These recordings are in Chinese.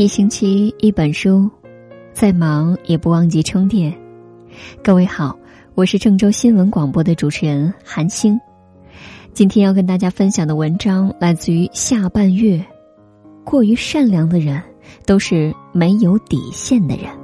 一星期一本书，再忙也不忘记充电。各位好，我是郑州新闻广播的主持人韩星。今天要跟大家分享的文章来自于下半月。过于善良的人都是没有底线的人。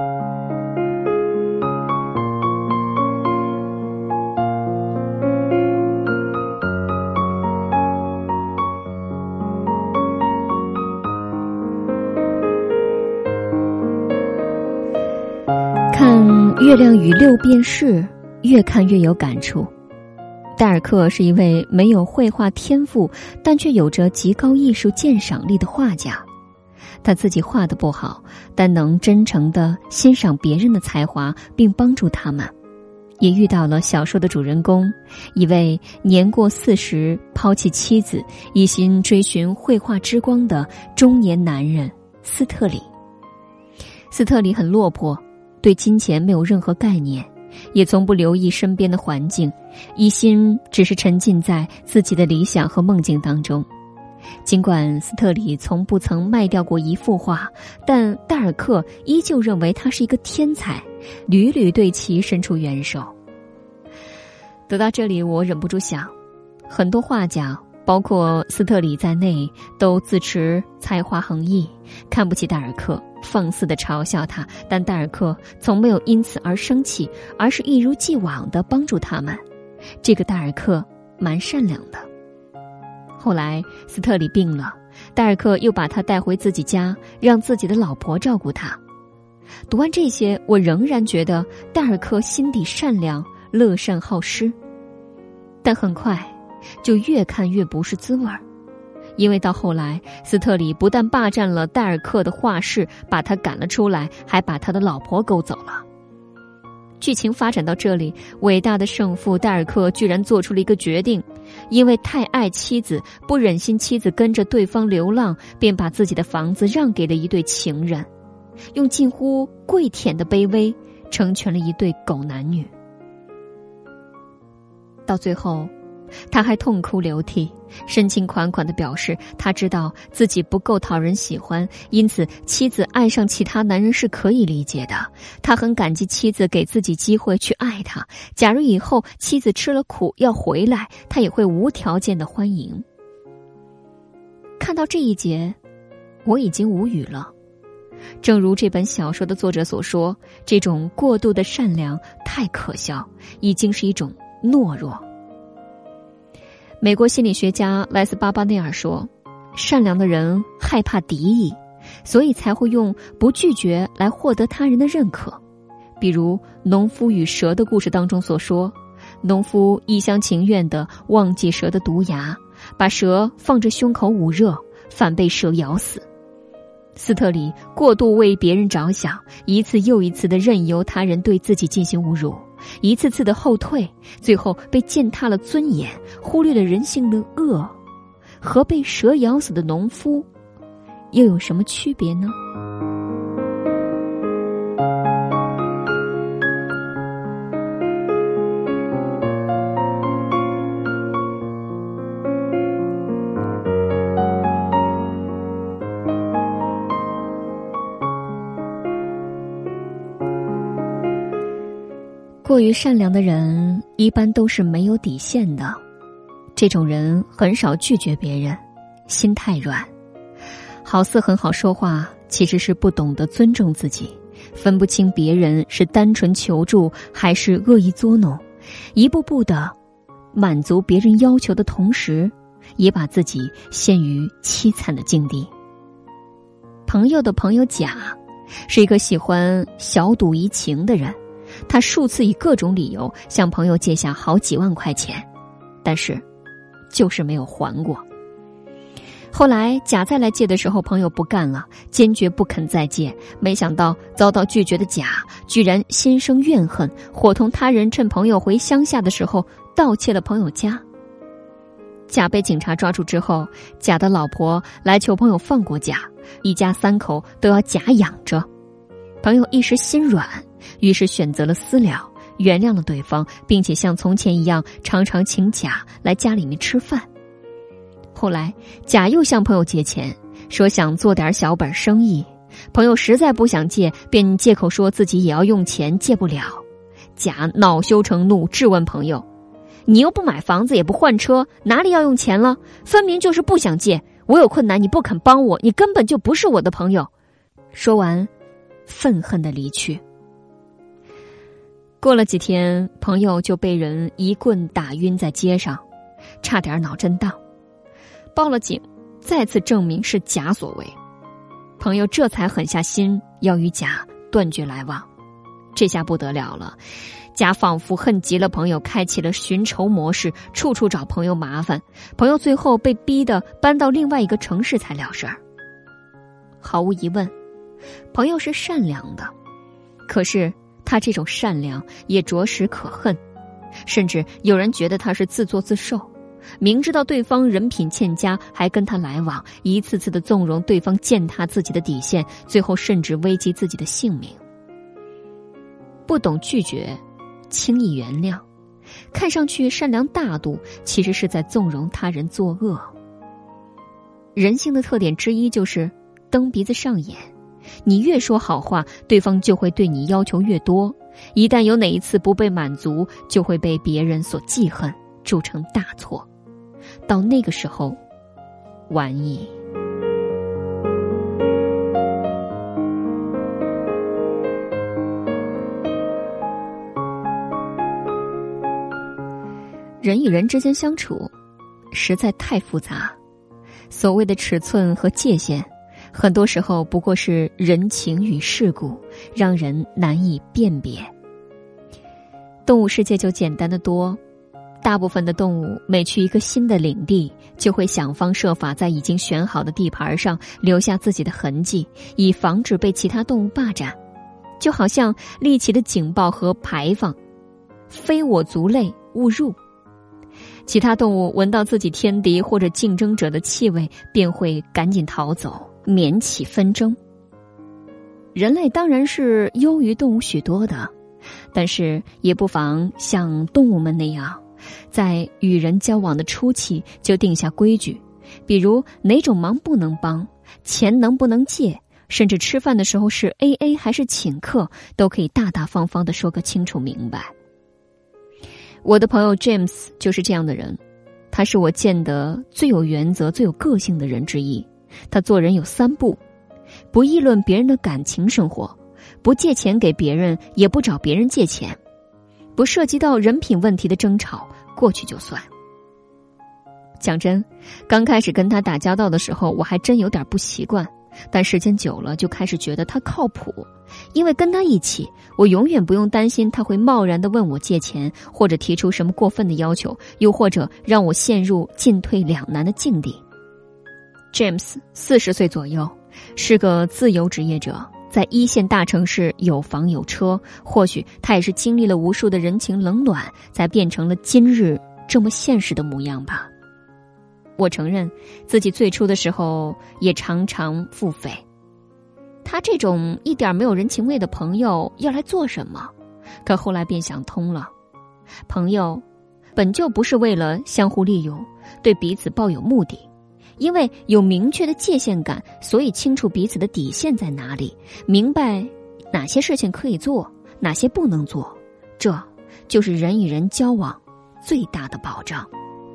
看《月亮与六便士》，越看越有感触。戴尔克是一位没有绘画天赋，但却有着极高艺术鉴赏力的画家。他自己画得不好，但能真诚地欣赏别人的才华，并帮助他们。也遇到了小说的主人公，一位年过40、抛弃妻子，一心追寻绘画之光的中年男人斯特里。斯特里很落魄，对金钱没有任何概念，也从不留意身边的环境，一心只是沉浸在自己的理想和梦境当中。尽管斯特里从不曾卖掉过一幅画，但戴尔克依旧认为他是一个天才，屡屡对其伸出援手。读到这里，我忍不住想，很多画家包括斯特里在内都自持才华横溢，看不起戴尔克，放肆地嘲笑他，但戴尔克从没有因此而生气，而是一如既往地帮助他们。这个戴尔克蛮善良的。后来斯特里病了，戴尔克又把他带回自己家，让自己的老婆照顾他。读完这些，我仍然觉得戴尔克心底善良，乐善好施。但很快就越看越不是滋味儿，因为到后来斯特里不但霸占了戴尔克的画室，把他赶了出来，还把他的老婆勾走了。剧情发展到这里，伟大的圣父戴尔克居然做出了一个决定，因为太爱妻子，不忍心妻子跟着对方流浪，便把自己的房子让给了一对情人，用近乎跪舔的卑微成全了一对狗男女。到最后他还痛哭流涕，深情款款地表示他知道自己不够讨人喜欢，因此妻子爱上其他男人是可以理解的。他很感激妻子给自己机会去爱他，假如以后妻子吃了苦要回来，他也会无条件的欢迎。看到这一节，我已经无语了。正如这本小说的作者所说，这种过度的善良太可笑，已经是一种懦弱。美国心理学家莱斯巴巴内尔说，善良的人害怕敌意，所以才会用不拒绝来获得他人的认可。比如农夫与蛇的故事当中所说，农夫一厢情愿地忘记蛇的毒牙，把蛇放着胸口捂热，反被蛇咬死。斯特里过度为别人着想，一次又一次地任由他人对自己进行侮辱，一次次的后退，最后被践踏了尊严，忽略了人性的恶，和被蛇咬死的农夫又有什么区别呢？过于善良的人一般都是没有底线的，这种人很少拒绝别人，心太软，好似很好说话，其实是不懂得尊重自己，分不清别人是单纯求助还是恶意作弄，一步步的满足别人要求的同时，也把自己陷于凄惨的境地。朋友的朋友甲是一个喜欢小赌怡情的人，他数次以各种理由向朋友借下好几万块钱，但是就是没有还过。后来甲再来借的时候，朋友不干了，坚决不肯再借，没想到遭到拒绝的甲居然心生怨恨，伙同他人趁朋友回乡下的时候盗窃了朋友家。甲被警察抓住之后，甲的老婆来求朋友放过甲，一家3口都要甲养着。朋友一时心软，于是选择了私了，原谅了对方，并且像从前一样常常请甲来家里面吃饭。后来甲又向朋友借钱，说想做点小本生意， 朋友实在不想借，便借口说自己也要用钱，借不了。甲恼羞成怒，质问朋友：你又不买房子，也不换车，哪里要用钱了？分明就是不想借，我有困难你不肯帮我，你根本就不是我的朋友。说完，愤恨地离去。过了几天，朋友就被人一棍打晕在街上，差点脑震荡。报了警，再次证明是甲所为。朋友这才狠下心要与甲断绝来往。这下不得了了，甲仿佛恨极了朋友，开启了寻仇模式，处处找朋友麻烦。朋友最后被逼得搬到另外一个城市才了事儿。毫无疑问，朋友是善良的，可是他这种善良也着实可恨，甚至有人觉得他是自作自受，明知道对方人品欠佳还跟他来往，一次次的纵容对方践踏自己的底线，最后甚至危及自己的性命。不懂拒绝，轻易原谅，看上去善良大度，其实是在纵容他人作恶。人性的特点之一就是蹬鼻子上眼，你越说好话，对方就会对你要求越多，一旦有哪一次不被满足，就会被别人所记恨，铸成大错。到那个时候，晚矣。人与人之间相处实在太复杂，所谓的尺寸和界限，很多时候不过是人情与世故，让人难以辨别。动物世界就简单得多，大部分的动物每去一个新的领地，就会想方设法在已经选好的地盘上留下自己的痕迹，以防止被其他动物霸占。就好像立起的警报和牌坊，非我族类，勿入。其他动物闻到自己天敌或者竞争者的气味，便会赶紧逃走，免起纷争。人类当然是优于动物许多的，但是也不妨像动物们那样，在与人交往的初期就定下规矩，比如哪种忙不能帮，钱能不能借，甚至吃饭的时候是 AA 还是请客，都可以大大方方地说个清楚明白。我的朋友 James 就是这样的人，他是我见得最有原则最有个性的人之一。他做人有3不：不议论别人的感情生活，不借钱给别人，也不找别人借钱，不涉及到人品问题的争吵，过去就算。讲真，刚开始跟他打交道的时候，我还真有点不习惯，但时间久了就开始觉得他靠谱，因为跟他一起，我永远不用担心他会贸然地问我借钱，或者提出什么过分的要求，又或者让我陷入进退两难的境地。James 40岁左右，是个自由职业者，在1线大城市有房有车，或许他也是经历了无数的人情冷暖，才变成了今日这么现实的模样吧。我承认自己最初的时候也常常腹诽，他这种一点没有人情味的朋友要来做什么？可后来便想通了，朋友本就不是为了相互利用，对彼此抱有目的。因为有明确的界限感，所以清楚彼此的底线在哪里，明白哪些事情可以做，哪些不能做，这就是人与人交往最大的保障。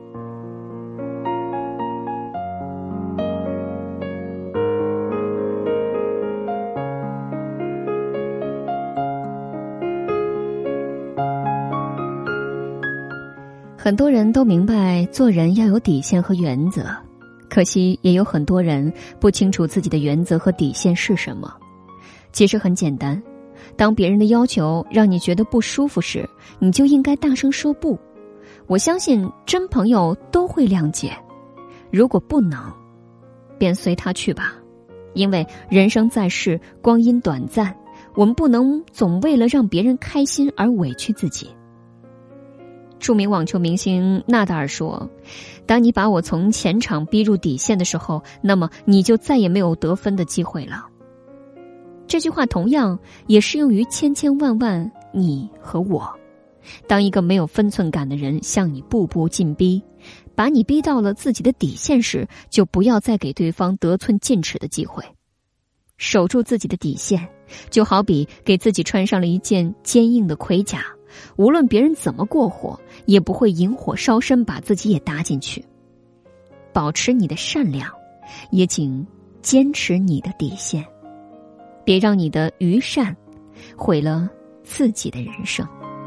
很多人都明白做人要有底线和原则，可惜也有很多人不清楚自己的原则和底线是什么。其实很简单，当别人的要求让你觉得不舒服时，你就应该大声说不。我相信真朋友都会谅解，如果不能，便随他去吧。因为人生在世，光阴短暂，我们不能总为了让别人开心而委屈自己。著名网球明星纳达尔说，当你把我从前场逼入底线的时候，那么你就再也没有得分的机会了。这句话同样也适用于千千万万你和我。当一个没有分寸感的人向你步步进逼，把你逼到了自己的底线时，就不要再给对方得寸进尺的机会。 守住自己的底线，就好比给自己穿上了一件坚硬的盔甲，无论别人怎么过火，也不会引火烧身，把自己也搭进去。保持你的善良，也请坚持你的底线，别让你的愚善毁了自己的人生。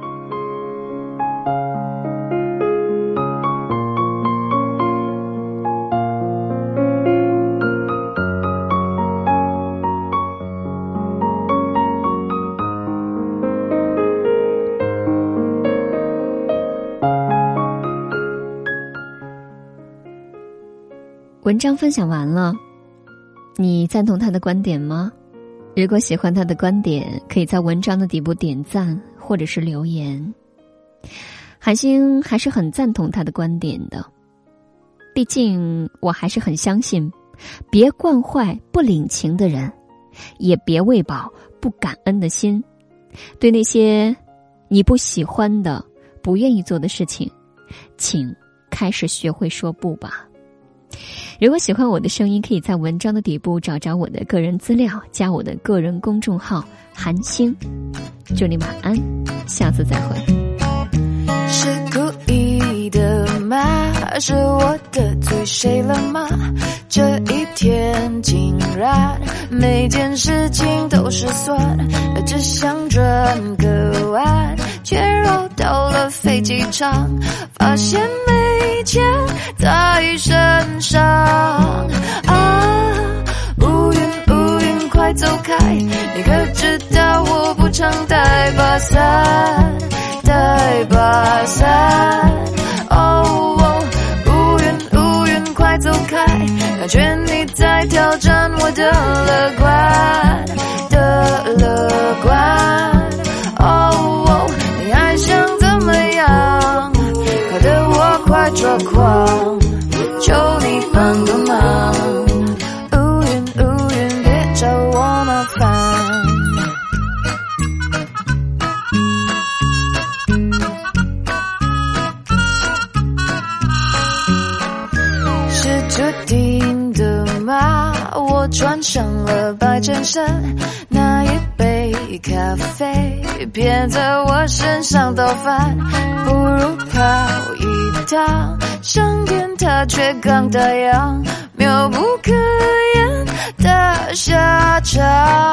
文章分享完了，你赞同他的观点吗？如果喜欢他的观点，可以在文章的底部点赞或者是留言。韩星还是很赞同他的观点的，毕竟我还是很相信，别惯坏不领情的人，也别喂饱不感恩的心。对那些你不喜欢的、不愿意做的事情，请开始学会说不吧。如果喜欢我的声音，可以在文章的底部找我的个人资料，加我的个人公众号韩星。祝你晚安，下次再会。 是故意的吗？是我得罪谁了吗？这一天竟然每件事情都失算，只想转个弯，却绕到了飞机场，发现没钱在身上啊！乌云快走开，你可知道我不常带把伞，带把伞。哦，乌云快走开，感觉你在挑战我的乐观，的乐观。哦，你还想怎么样？搞得我快抓狂，求你帮个忙。乌云别找我麻烦。是注定的吗？我穿上了白衬衫，那一杯咖啡别在我身上倒翻，不如跑一趟上天它却刚打烊，妙不可言的下场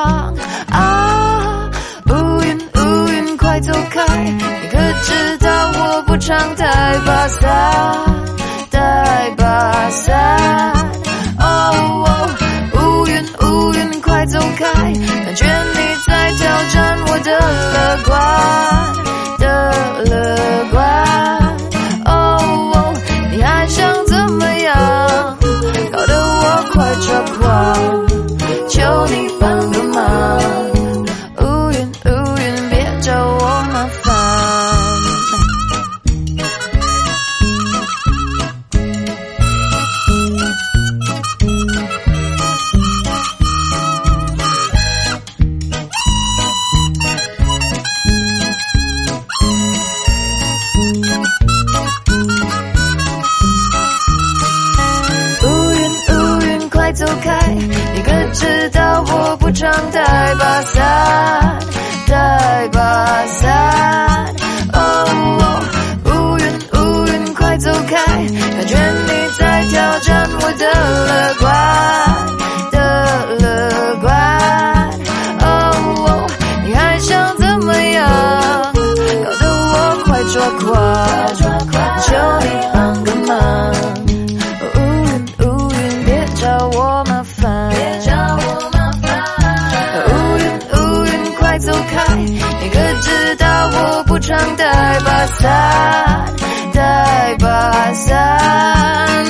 啊！乌云快走开，你可知道我不常带把伞，带把伞。哦，乌云快走开，感觉你在挑战我的乐观，的乐观。哦，你还想怎么样？搞得我快抓狂，求你帮个忙。乌云别找我麻烦。走开，你可知道我不常带把伞，带把伞。哦，乌云快走开，感觉你在挑战我的乐观，的乐观。哦，你还想怎么样？搞得我快抓狂，求你帮个忙。我麻烦，别找我麻烦。乌云快走开，你可知道我不常带把伞，带把伞。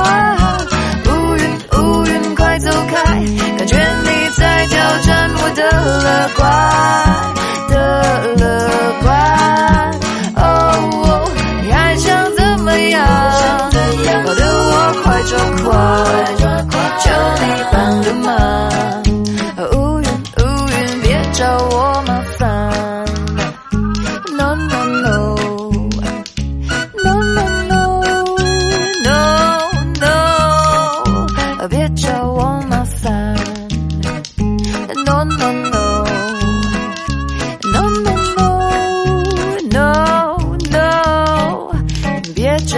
乌云快走开，感觉你在挑战我的乐观，的乐观。哦，你还想怎么样？搞得我快抓狂，求你帮个忙。乌云别找我麻烦。 No no no No no no No no 别找我麻烦。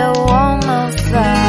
着我们发